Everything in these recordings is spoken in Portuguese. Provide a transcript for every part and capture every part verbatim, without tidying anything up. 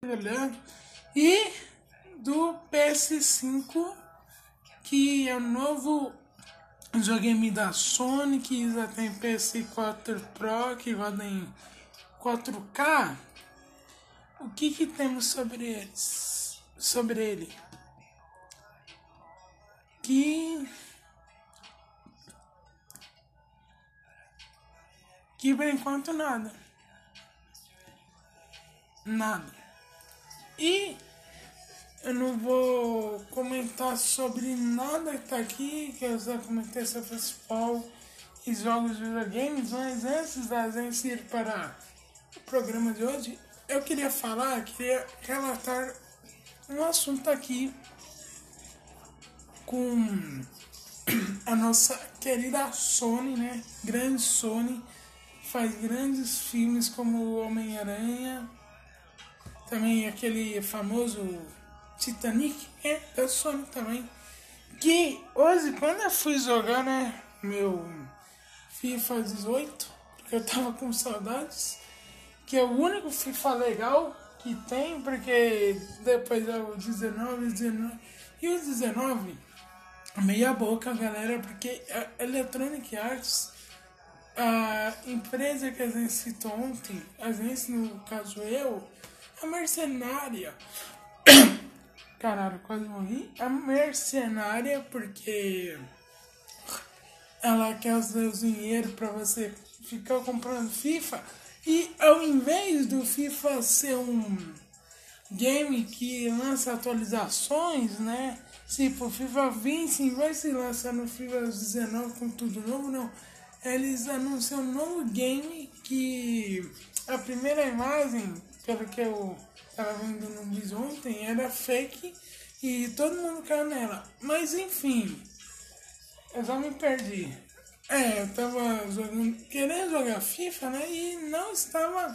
olhando. E do P S cinco, que é o novo videogame da Sony, que já tem P S quatro Pro, que roda em quatro K. O que que temos sobre eles? Sobre ele? Que que por enquanto nada. Nada. E eu não vou comentar sobre nada que tá aqui, que eu já comentei sobre futebol e jogos de videogames, mas antes da gente ir para o programa de hoje, eu queria falar, queria relatar um assunto aqui com a nossa querida Sony, né? Grande Sony, faz grandes filmes como Homem-Aranha, também aquele famoso Titanic, é da Sony também. Que hoje, quando eu fui jogar, né, meu FIFA dezoito, porque eu tava com saudades, que é o único FIFA legal que tem, porque depois é o dezenove, dezenove e o dezenove, meia boca, galera, porque a Electronic Arts, a empresa que a gente citou ontem, a gente, no caso eu, a mercenária, caralho, quase morri, a mercenária, porque ela quer o seu dinheiro pra você ficar comprando FIFA, e ao invés do FIFA ser um game que lança atualizações, né, tipo FIFA vinte, em vez de lançar no FIFA dezenove com tudo novo, não, eles anunciam um novo game que a primeira imagem, pelo que eu estava vendo no vídeo ontem, era fake e todo mundo caiu nela. Mas enfim, eu já me perdi. É, eu tava jogando, querendo jogar FIFA, né? E não estava.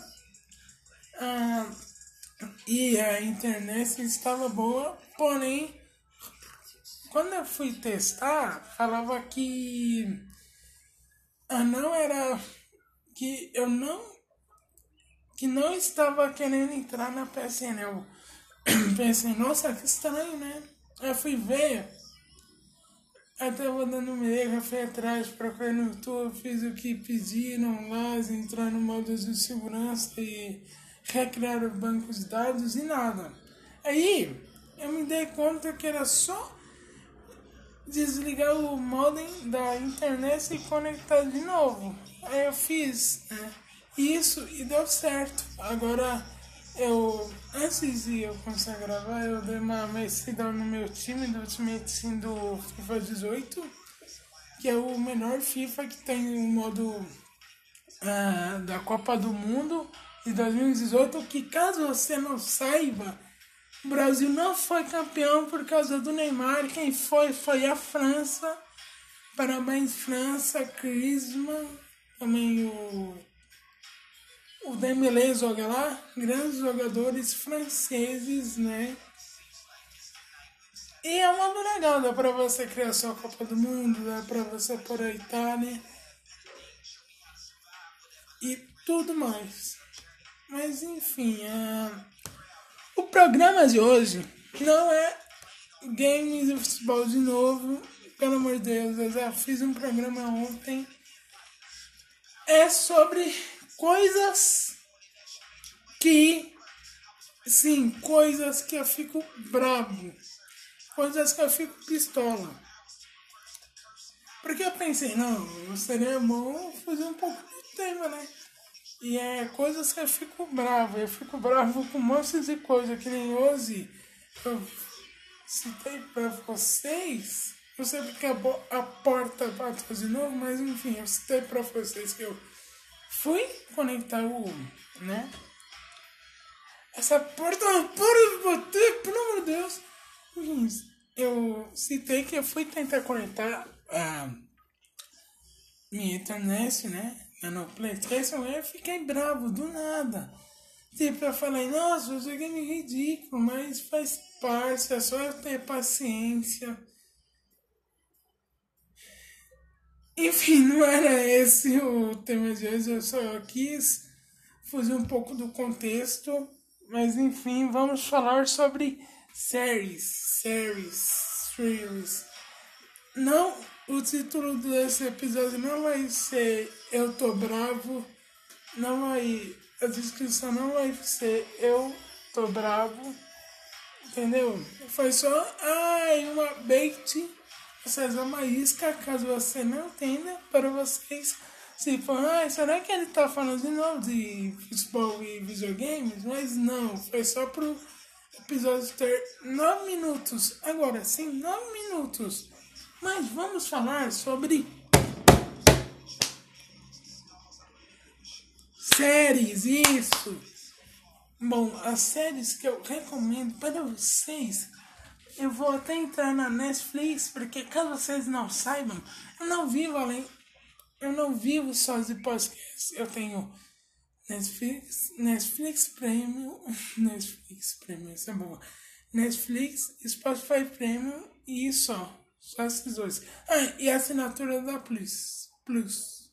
Ah, e a internet estava boa, porém, quando eu fui testar, falava que. Ah, não era. Que eu não que não estava querendo entrar na P S N. Eu pensei, nossa, que estranho, né? Aí eu fui ver, aí tava dando um erro, fui atrás, procurei no YouTube, fiz o que pediram lá, entrar no modo de segurança e recriar o banco de dados e nada. Aí eu me dei conta que era só desligar o modem da internet e conectar de novo. Aí eu fiz, né, isso e deu certo. Agora eu, antes de eu começar a gravar, eu dei uma mexida no meu time do Ultimate Team do FIFA dezoito, que é o melhor FIFA que tem o modo ah, da Copa do Mundo de dois mil e dezoito, que caso você não saiba, o Brasil não foi campeão por causa do Neymar. Quem foi foi a França. Parabéns, França, Griezmann, também o, o Dembélé joga lá. Grandes jogadores franceses, né? E é uma legal, dá pra você criar sua Copa do Mundo, dá pra você pôr a Itália e tudo mais. Mas enfim, é... o programa de hoje não é games de futebol de novo. Pelo amor de Deus, eu já fiz um programa ontem. É sobre coisas que... Sim, coisas que eu fico bravo. Coisas que eu fico pistola. Porque eu pensei, não, seria bom fazer um pouco de tema, né? E é coisas que eu fico bravo. Eu fico bravo com um monte de coisa, que nem hoje eu citei pra vocês. Não sei porque a, bo- a porta bateu de novo, mas enfim, eu citei pra vocês que eu fui conectar o, né? Essa porta não para de bater, pelo amor de Deus. Enfim, eu citei que eu fui tentar conectar a minha internet, né? No PlayStation, eu fiquei bravo do nada. Tipo, eu falei, nossa, o jogo é ridículo, mas faz parte, é só eu ter paciência. Enfim, não era esse o tema de hoje, eu só quis fugir um pouco do contexto Mas enfim, vamos falar sobre séries, séries, streams. Não, o título desse episódio não vai ser Eu Tô Bravo, não vai, a descrição não vai ser Eu Tô Bravo, entendeu? Foi só, ai, uma bait, vocês uma isca, caso você não entenda, para vocês, tipo, ai, será que ele tá falando de novo de futebol e videogames? Mas não, foi só pro episódio ter nove minutos, agora sim, nove minutos. Mas vamos falar sobre séries, isso! Bom, as séries que eu recomendo para vocês, eu vou até entrar na Netflix, porque caso vocês não saibam, eu não vivo além, eu não vivo só de podcast. Eu tenho Netflix, Netflix Premium, Netflix Premium, isso é boa. Netflix, Spotify Premium e só. Só esses dois. Ah, e a assinatura da Plus. Plus.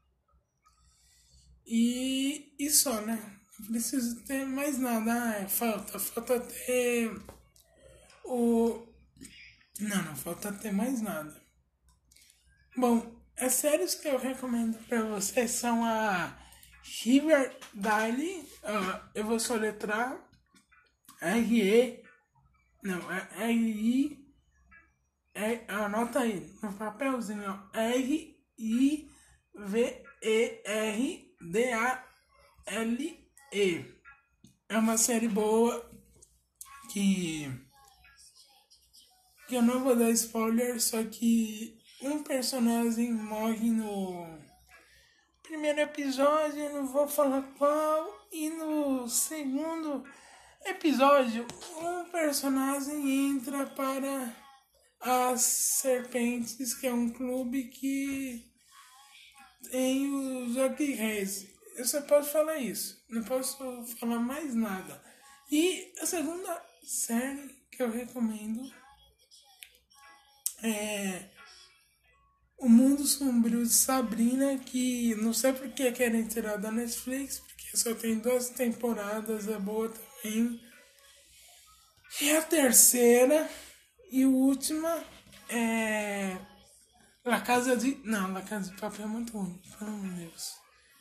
E, e só, né? Não preciso ter mais nada. Ah, é, falta. Falta ter o... Não, não falta ter mais nada. Bom, as séries que eu recomendo pra vocês são a Riverdale. Uh, eu vou soletrar R E... Não, é R I... É, anota aí, no papelzinho, R I V E R D A L E. É uma série boa que, que eu não vou dar spoiler, só que um personagem morre no primeiro episódio, eu não vou falar qual, e no segundo episódio um personagem entra para as Serpentes, que é um clube que tem os Jockey-Reis. Eu só posso falar isso, não posso falar mais nada. E a segunda série que eu recomendo é O Mundo Sombrio de Sabrina, que não sei porque querem tirar da Netflix, porque só tem duas temporadas, é boa também. E a terceira e última é La Casa de... Não, La Casa de Papel é muito ruim, pelo amor de Deus.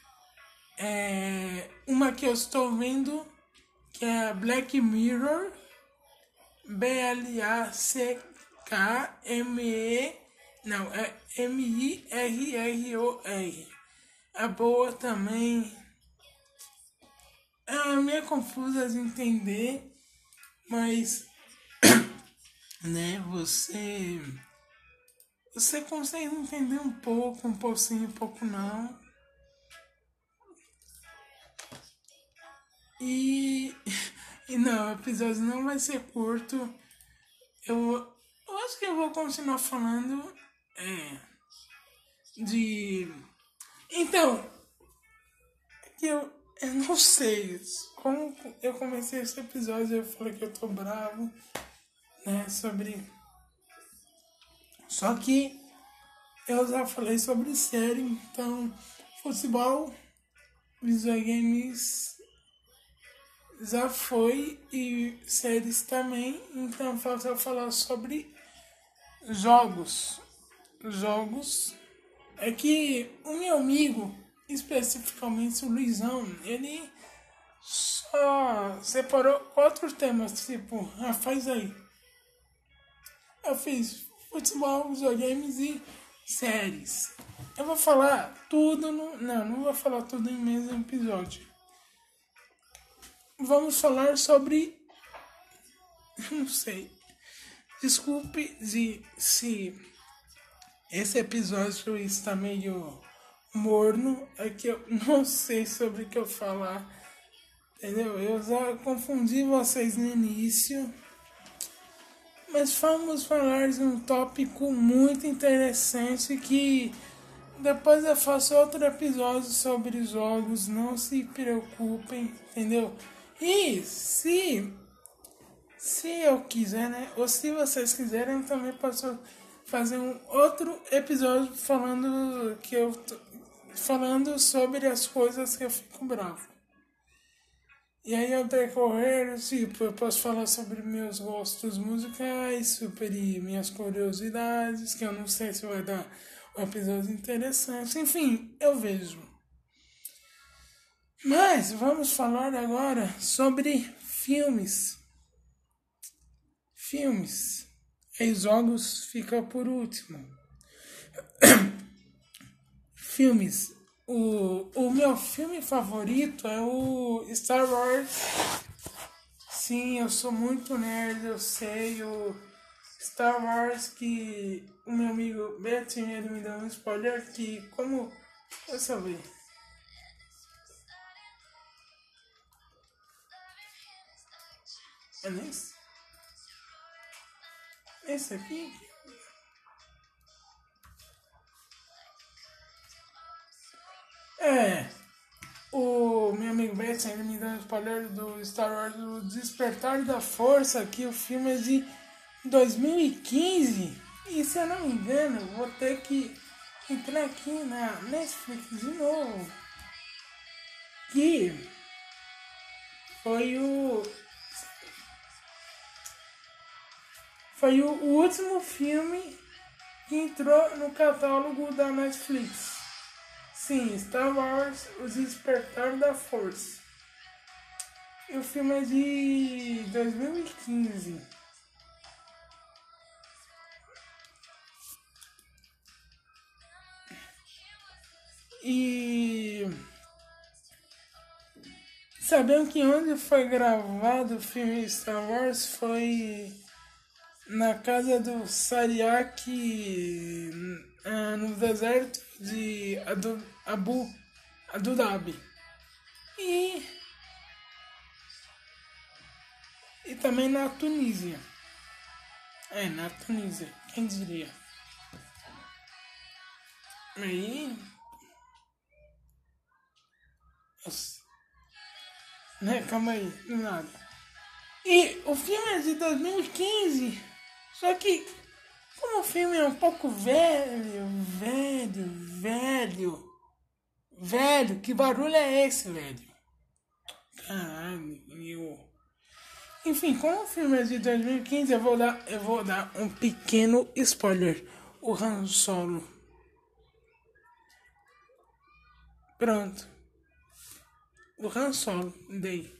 É uma que eu estou vendo, que é Black Mirror, B L A C K M E... Não, é M I R R O R. É boa também. É meio confusa de entender, mas... né, você... Você consegue entender um pouco, um pouquinho, um pouco não. E, e não, o episódio não vai ser curto. Eu, eu acho que eu vou continuar falando é, de... Então, que eu, eu não sei como eu comecei esse episódio, eu falei que eu tô bravo, né, sobre... Só que eu já falei sobre série, então futebol, videogames já foi e séries também, então falta eu falar sobre jogos. Jogos é que o meu amigo, especificamente o Luizão, ele só separou quatro temas, tipo, ah, faz aí. Eu fiz futebol, videogames e séries. Eu vou falar tudo no... Não, não vou falar tudo em mesmo episódio. Vamos falar sobre... Não sei. Desculpe de, se esse episódio está meio morno. É que eu não sei sobre o que eu falar. Entendeu? Eu já confundi vocês no início. Mas vamos falar de um tópico muito interessante que depois eu faço outro episódio sobre jogos, não se preocupem, entendeu? E se, se eu quiser, né, ou se vocês quiserem, eu também posso fazer um outro episódio falando que eu falando sobre as coisas que eu fico bravo. E aí, ao decorrer, tipo, eu posso falar sobre meus gostos musicais, sobre minhas curiosidades, que eu não sei se vai dar um episódio interessante. Enfim, eu vejo. Mas vamos falar agora sobre filmes. Filmes. E jogos fica por último. Filmes. O, o meu filme favorito é o Star Wars. Sim, eu sou muito nerd, eu sei. O Star Wars, que o meu amigo Betinho, ele me deu um spoiler que, como eu sabia. É nesse? Esse aqui? É. O meu amigo Betinho, ele me deu um spoiler do Star Wars, o Despertar da Força, que o filme é de dois mil e quinze. E se eu não me engano, vou ter que entrar aqui na Netflix de novo. Que foi o. Foi o último filme que entrou no catálogo da Netflix. Sim, Star Wars, O Despertar da Força. E o filme é de dois mil e quinze. E sabiam que onde foi gravado o filme Star Wars foi na casa do Sariak, uh, no deserto de Adu, Abu, Abu Dhabi. E, e também na Tunísia. É, na Tunísia, quem diria? Aí. Nossa. Né, calma aí, do nada. E o filme é de dois mil e quinze. Só que, como o filme é um pouco velho, velho, velho, velho, que barulho é esse, velho? Caralho, meu. Enfim, como o filme é de dois mil e quinze, eu vou dar, eu vou dar um pequeno spoiler. O Han Solo. Pronto. O Han Solo, dei.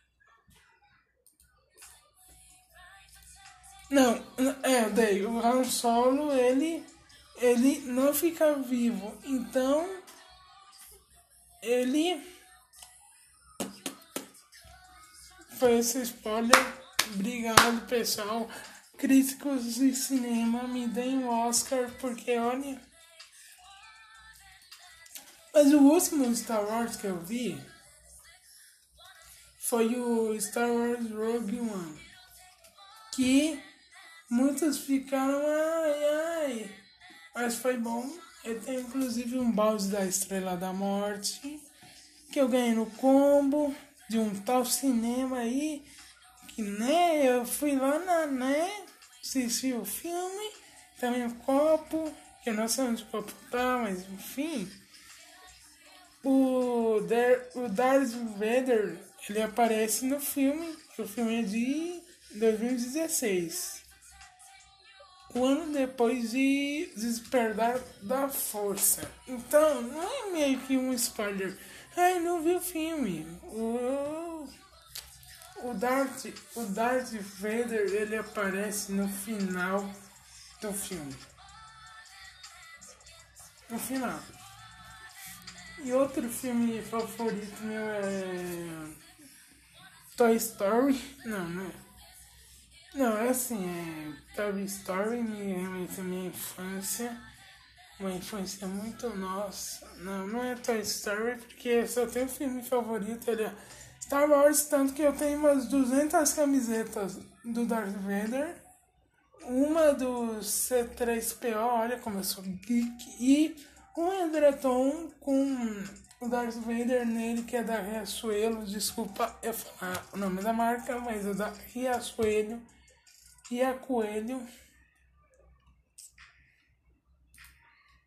Não, é, daí o Han Solo, ele, ele não fica vivo, então ele foi esse spoiler. Obrigado, pessoal. Críticos de cinema, me deem um Oscar, porque olha. Mas o último Star Wars que eu vi foi o Star Wars Rogue One, que muitos ficaram ai ai, mas foi bom. Eu tenho inclusive um balde da Estrela da Morte que eu ganhei no combo de um tal cinema aí, que né, eu fui lá na né, assisti o filme, também o copo, que eu não sei onde o copo tá, mas enfim. O, Dar o Darth Vader, ele aparece no filme, que o filme é de dois mil e dezesseis. Um ano depois de Despertar da Força. Então, não é meio que um spoiler. Ai, não vi o filme. O, o, Darth, o Darth Vader, ele aparece no final do filme. No final. E outro filme favorito meu é Toy Story. Não, não é. Não, é assim, é Toy Story me remete à minha infância. Uma infância muito nossa. Não, não é Toy Story, porque só tem um filme favorito, ele é Star Wars, tanto que eu tenho umas duzentas camisetas do Darth Vader. Uma do C três P O, olha como eu sou geek. E um edredom com o Darth Vader nele, que é da Riachuelo. Desculpa eu falar o nome da marca, mas é da Riachuelo. Ria Coelho.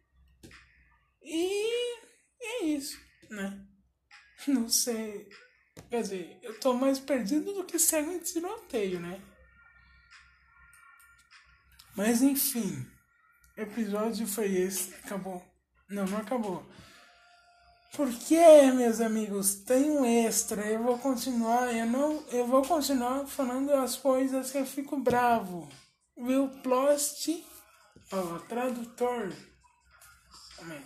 E é isso, né? Não sei. Quer dizer, eu tô mais perdido do que cego em tiroteio, né? Mas enfim, o episódio foi esse. Acabou. Não, não acabou. Porque, meus amigos, tem um extra. Eu vou continuar. Eu não. Eu vou continuar falando as coisas que eu fico bravo. Will Plot. Ó, tradutor. Amém.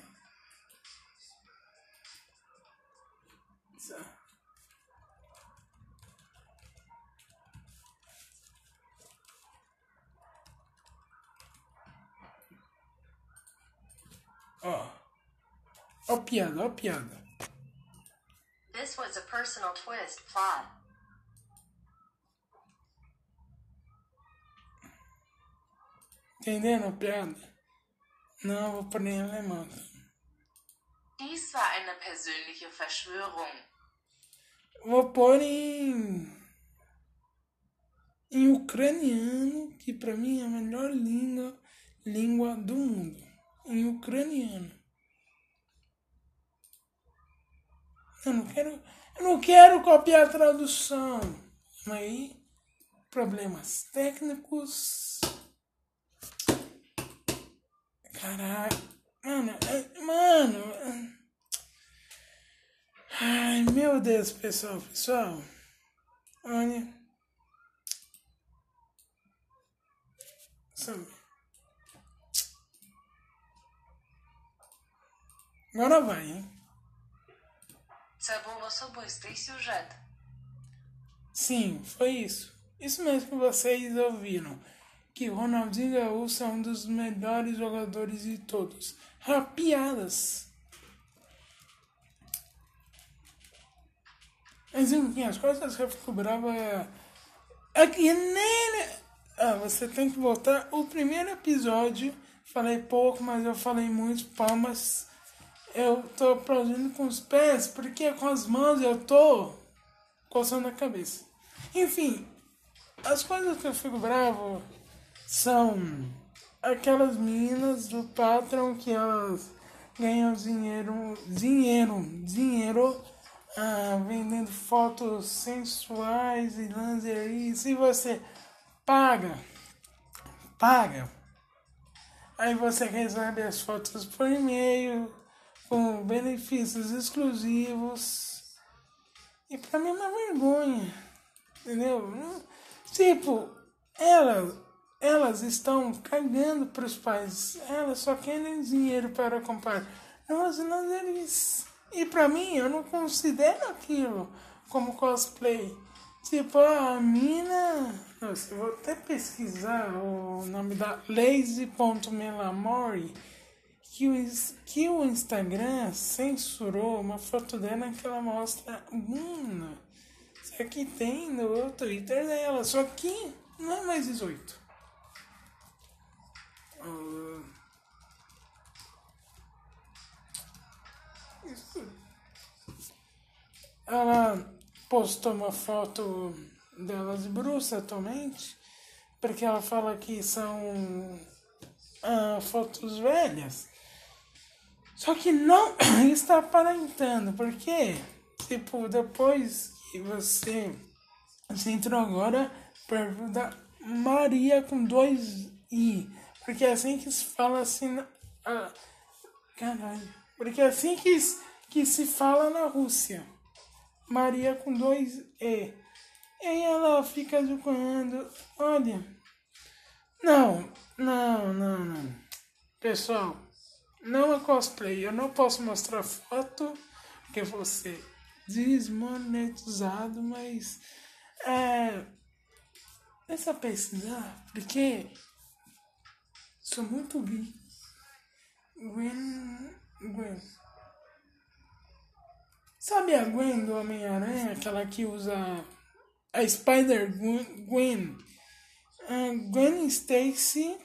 Ó. Ó piada, ó piada. This was a personal twist plot. Entendendo a piada? Não, vou pôr em alemão. Dies war eine persönliche Verschwörung. Vou pôr em. Em ucraniano, que pra mim é a melhor língua, língua do mundo. Em ucraniano. Eu não quero. Eu não quero copiar a tradução. Mas aí, problemas técnicos. Caraca. Mano, é, mano. Ai, meu Deus, pessoal, pessoal. Olha. Sabe? Agora vai, hein? Це був особистий сюжет. Sim, foi isso. Isso mesmo que vocês ouviram. Que o Ronaldinho Gaúcho é um dos melhores jogadores de todos. Rapiadas. Mas enfim, as coisas que eu fico bravo é... É que nem... Ah, você tem que voltar. O primeiro episódio, falei pouco, mas eu falei muito. Palmas. Eu tô aplaudindo com os pés, porque com as mãos eu tô coçando a cabeça. Enfim, as coisas que eu fico bravo são aquelas meninas do Patreon que elas ganham dinheiro, dinheiro, dinheiro ah, vendendo fotos sensuais e lingerie. Se você paga, paga, aí você recebe as fotos por e-mail com benefícios exclusivos. E pra mim é uma vergonha, entendeu? Tipo, elas, elas estão cagando pros pais. Elas só querem dinheiro para comprar novas lingeries. E pra mim, eu não considero aquilo como cosplay. Tipo, a mina... Nossa, eu vou até pesquisar o nome da Lazy.melamori. Que o, que o Instagram censurou uma foto dela que ela mostra bunda. Só que tem no Twitter dela. Só que não é mais dezoito. Uh, isso. Ela postou uma foto dela de bruxa atualmente. Porque ela fala que são uh, fotos velhas. Só que não está aparentando, porque, tipo, depois que você, você entrou agora, perto da Maria com dois I, porque é assim que se fala assim, ah, caralho, porque é assim que, que se fala na Rússia, Maria com dois E, e aí ela fica zoando, olha, não, não, não, não, pessoal, não é cosplay, eu não posso mostrar foto, porque eu vou ser desmonetizado, mas é, é só pesquisar, porque sou muito gay. Gwen, Gwen. Sabe a Gwen do Homem-Aranha, aquela que usa a Spider-Gwen? Gwen. A Gwen Stacy.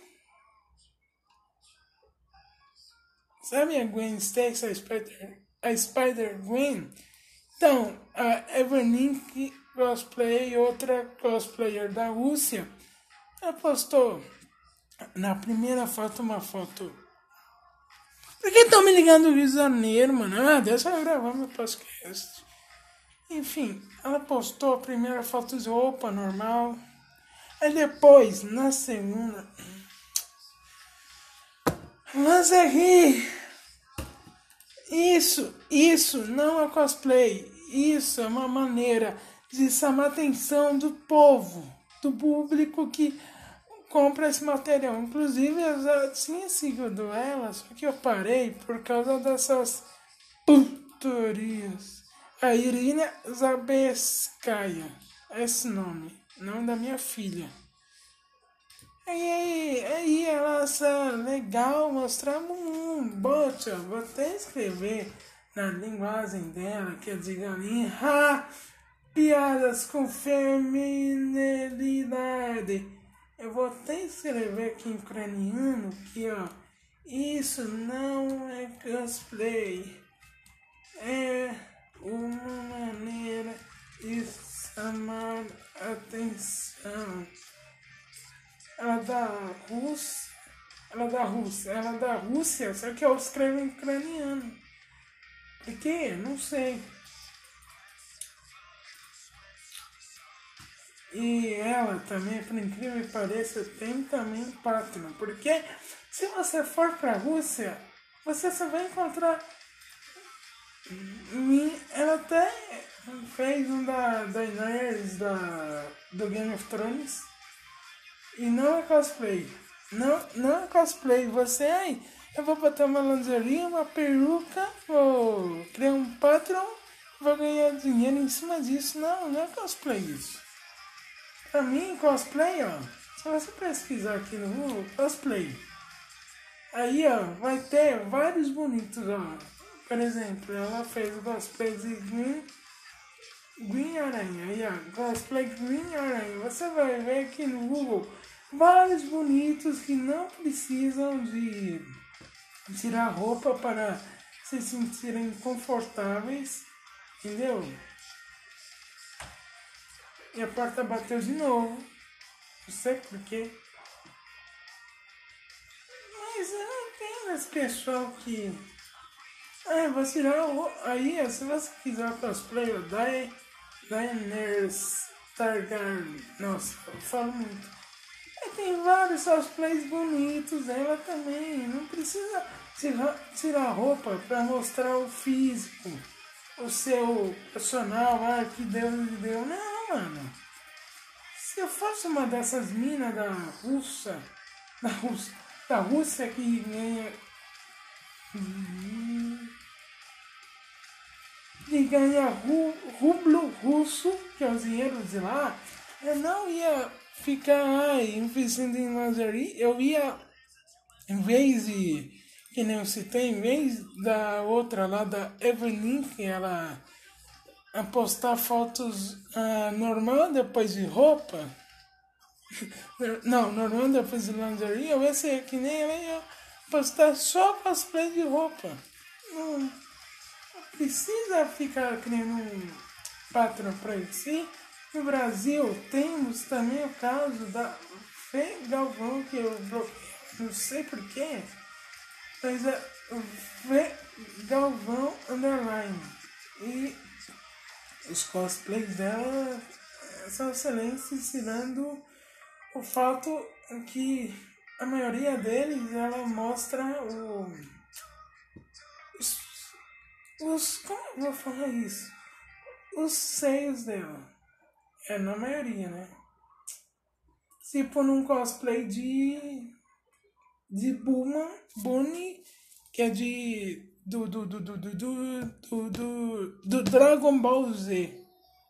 Sabe a Gwen Stacy, a Spider, a Spider-Gwen? Então, a Evelyn cosplay, outra cosplayer da Rússia, ela postou na primeira foto uma foto. Por que estão me ligando do Rio de Janeiro, mano? Ah, deixa eu gravar meu podcast. Enfim, ela postou a primeira foto de roupa normal. Aí depois, na segunda... Mas aqui... Isso, isso não é cosplay. Isso é uma maneira de chamar a atenção do povo, do público que compra esse material. Inclusive, eu já tinha seguido ela, só que eu parei por causa dessas putorias. A Irina Zabeskaya, esse nome, nome da minha filha. Aí, aí ela acha legal mostrar um bote, ó, vou até escrever na linguagem dela, que é de galinha, ha, piadas com feminilidade. Eu vou até escrever aqui em ucraniano, que ó, isso não é cosplay, é uma maneira de chamar atenção. Ela é da Rússia, ela é da Rússia, ela é da Rússia, só que eu escrevo em ucraniano. Por quê? Não sei. E ela também, por incrível que pareça, tem também Patreon. Porque se você for pra Rússia, você só vai encontrar... Ela até fez um da Daenerys da, do Game of Thrones. E não é cosplay. Não, não é cosplay. Você aí, eu vou botar uma lingerie, uma peruca, vou criar um Patreon, vou ganhar dinheiro em cima disso. Não, não é cosplay isso. Pra mim, cosplay, ó, se você pesquisar aqui no Google, cosplay. Aí, ó, vai ter vários bonitos, ó. Por exemplo, ela fez o cosplay de Green, Green Aranha. Aí, ó, cosplay Green Aranha. Você vai ver aqui no Google vários bonitos que não precisam de tirar roupa para se sentirem confortáveis, entendeu? E a porta bateu de novo, não sei porquê. Mas eu não entendo esse pessoal que... Ah, vou tirar o... Aí, se você quiser cosplay, o Daenerys Targaryen. Nossa, eu falo muito. E tem vários cosplays bonitos, ela também. Não precisa tirar, tirar roupa para mostrar o físico, o seu personal, ah, que Deus lhe deu. Não, mano. Se eu fosse uma dessas minas da Rússia, da Rússia, da Rússia que ganha... que ganha ru, rublo russo, que é o dinheiro de lá, eu não ia ficar ai, investindo em lingerie, eu ia, em vez de, que nem eu citei, em vez da outra lá, da Evelyn, que ela a postar fotos uh, normal depois de roupa, não, normal depois de lingerie, eu ia ser que nem ela ia postar só cosplay de roupa. Não precisa ficar criando um patrão para isso. Sim, no Brasil temos também o caso da Fê Galvão, que eu bloqueei, não sei porquê, mas é Fê Galvão Underline. E os cosplays dela são excelentes, tirando o fato que a maioria deles ela mostra o os, os como eu vou falar isso? Os seios dela. É na maioria, né? Tipo num cosplay de de Bulma, Bunny, que é de do do do do do do, do, do, do Dragon Ball Z.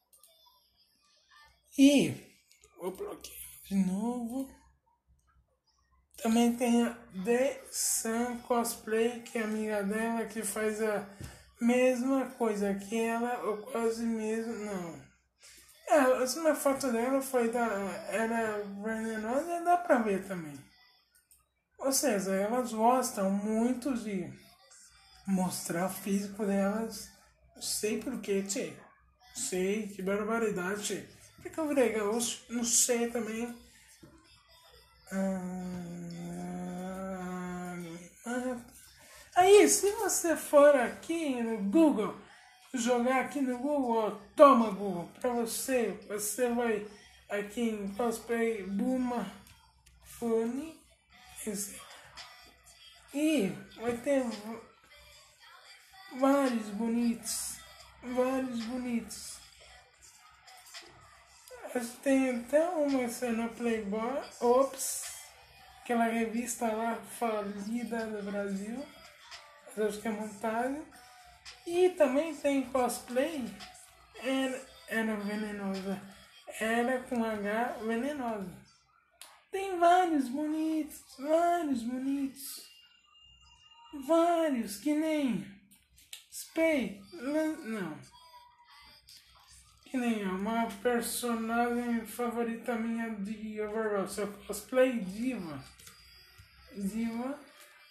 E vou bloquear de novo. Também tem a The Sun Cosplay, que é amiga dela, que faz a mesma coisa que ela, ou quase mesmo, não. É, a última foto dela foi da, era venenosa e dá pra ver também. Ou seja, elas gostam muito de mostrar o físico delas. Não sei porquê, tchê. Sei, que barbaridade, tchê. Por que eu virei gaúcho? Não sei também. Ah, aí, se você for aqui no Google, jogar aqui no Google, ó, toma Google, pra você, você vai aqui em cosplay Buma Fone, esse, e vai ter v- vários bonitos, vários bonitos. Tem até uma cena Playboy, Ops, aquela revista lá falida do Brasil, acho que é montagem. E também tem cosplay, era, era venenosa, era com H venenosa. Tem vários bonitos, vários bonitos, vários, que nem Spay, não, que nem uma personagem favorita minha de Overwatch, cosplay Diva, Diva,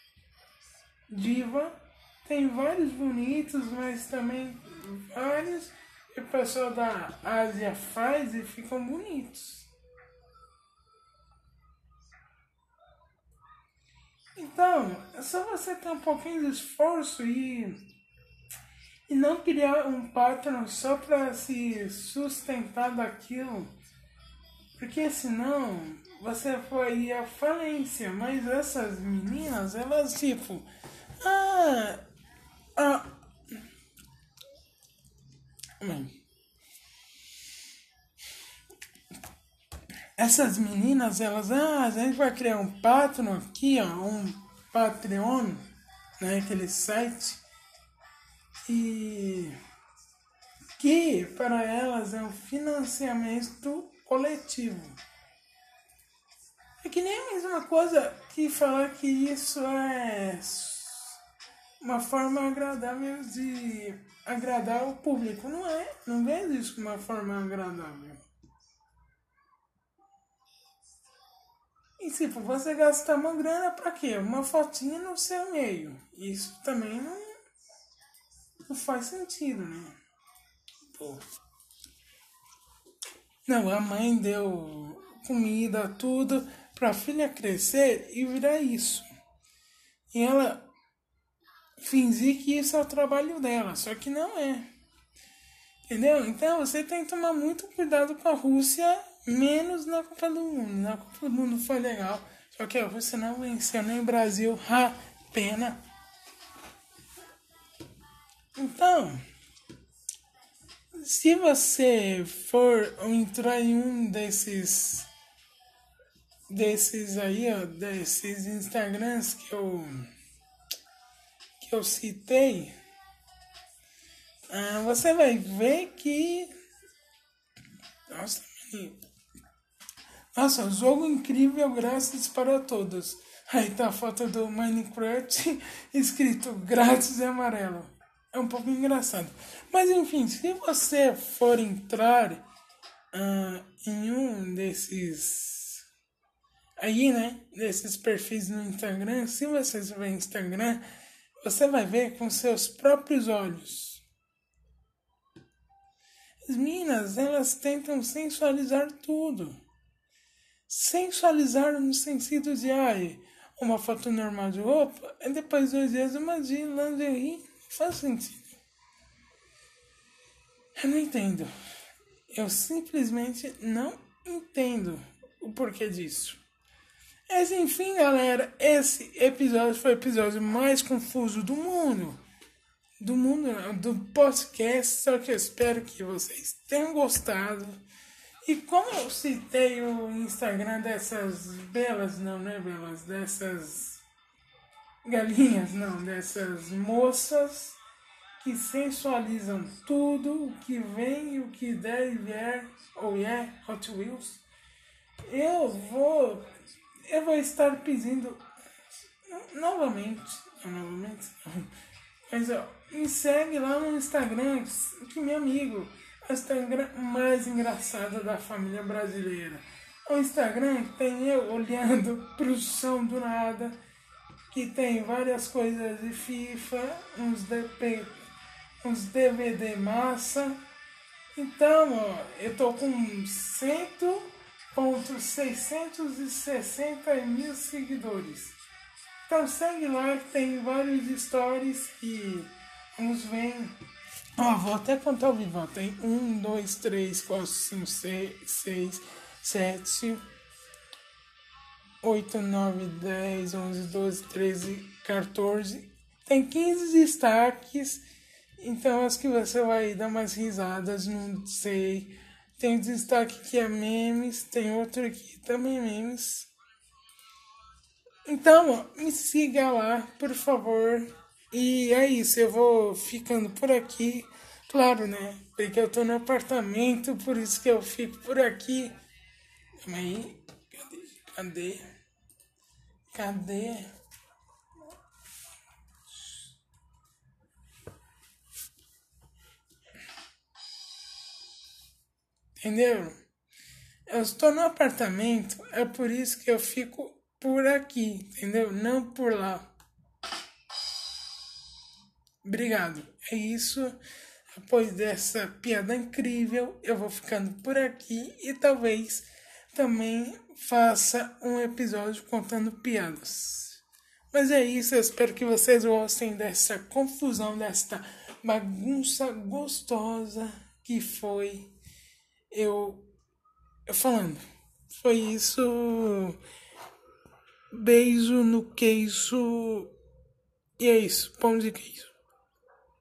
Diva, tem vários bonitos, mas também vários que o pessoal da Ásia faz e ficam bonitos. Então, é só você ter um pouquinho de esforço e, e não criar um patrão só para se sustentar daquilo, porque senão você vai ir à falência. Mas essas meninas, elas tipo, ah, ah, essas meninas, elas, ah, a gente vai criar um Patreon aqui, ó, um Patreon, né, aquele site, e que para elas é um financiamento coletivo. É que nem a mesma coisa que falar que isso é uma forma agradável de agradar o público. Não é, não vejo isso como uma forma agradável. E tipo, você gastar uma grana pra quê? Uma fotinha no seu meio. Isso também não, não faz sentido, né? Pô. Não, a mãe deu comida, tudo, pra filha crescer e virar isso. E ela fingir que isso é o trabalho dela, só que não é. Entendeu? Então você tem que tomar muito cuidado com a Rússia, menos na Copa do Mundo. Na Copa do Mundo foi legal, só que a Rússia não venceu nem o Brasil, ha, pena. Então, se você for entrar em um desses desses aí, ó, desses Instagrams que eu que eu citei, ah, você vai ver que nossa, nossa, jogo incrível, grátis para todos. Aí tá a foto do Minecraft escrito grátis e amarelo. É um pouco engraçado. Mas enfim, se você for entrar ah, em um desses aí, né, desses perfis no Instagram, se você tiver Instagram, você vai ver com seus próprios olhos. As meninas, elas tentam sensualizar tudo. Sensualizar no sentido de, ai, uma foto normal de roupa, e depois dois dias uma de lingerie. Faz sentido. Eu não entendo. Eu simplesmente não entendo o porquê disso. Mas enfim, galera, esse episódio foi o episódio mais confuso do mundo. Do mundo, do podcast, só que eu espero que vocês tenham gostado. E como eu citei o Instagram dessas belas, não, né, belas, dessas galinhas, não, dessas moças que sensualizam tudo, o que vem e o que der e vier, ou é, Hot Wheels, eu vou, eu vou estar pedindo novamente, novamente, mas ó, me segue lá no Instagram, que meu amigo, é o Instagram mais engraçado da família brasileira. O Instagram tem eu olhando pro chão do nada, que tem várias coisas de FIFA, uns, D P, uns D V D massa. Então, ó, eu tô com cem ponto seiscentos e sessenta mil seguidores. Então segue lá que tem vários stories que uns vêm Ó, vou até contar ao vivo. Tem um, dois, três, quatro, cinco, seis, seis, sete, oito, nove, dez, onze, doze, treze, quatorze. Tem quinze destaques. Então acho que você vai dar umas risadas, não sei. Tem um destaque que é memes, tem outro aqui também memes. Então, ó, me siga lá, por favor. E é isso, eu vou ficando por aqui. Claro, né? Porque eu tô no apartamento, por isso que eu fico por aqui. Calma aí. Cadê? Cadê? Cadê? Entendeu? Eu estou no apartamento, é por isso que eu fico por aqui, entendeu? Não por lá. Obrigado. É isso. Depois dessa piada incrível, eu vou ficando por aqui e talvez também faça um episódio contando piadas. Mas é isso, eu espero que vocês gostem dessa confusão, desta bagunça gostosa que foi eu, eu falando. Foi isso. Beijo no queijo. E é isso, pão de queijo.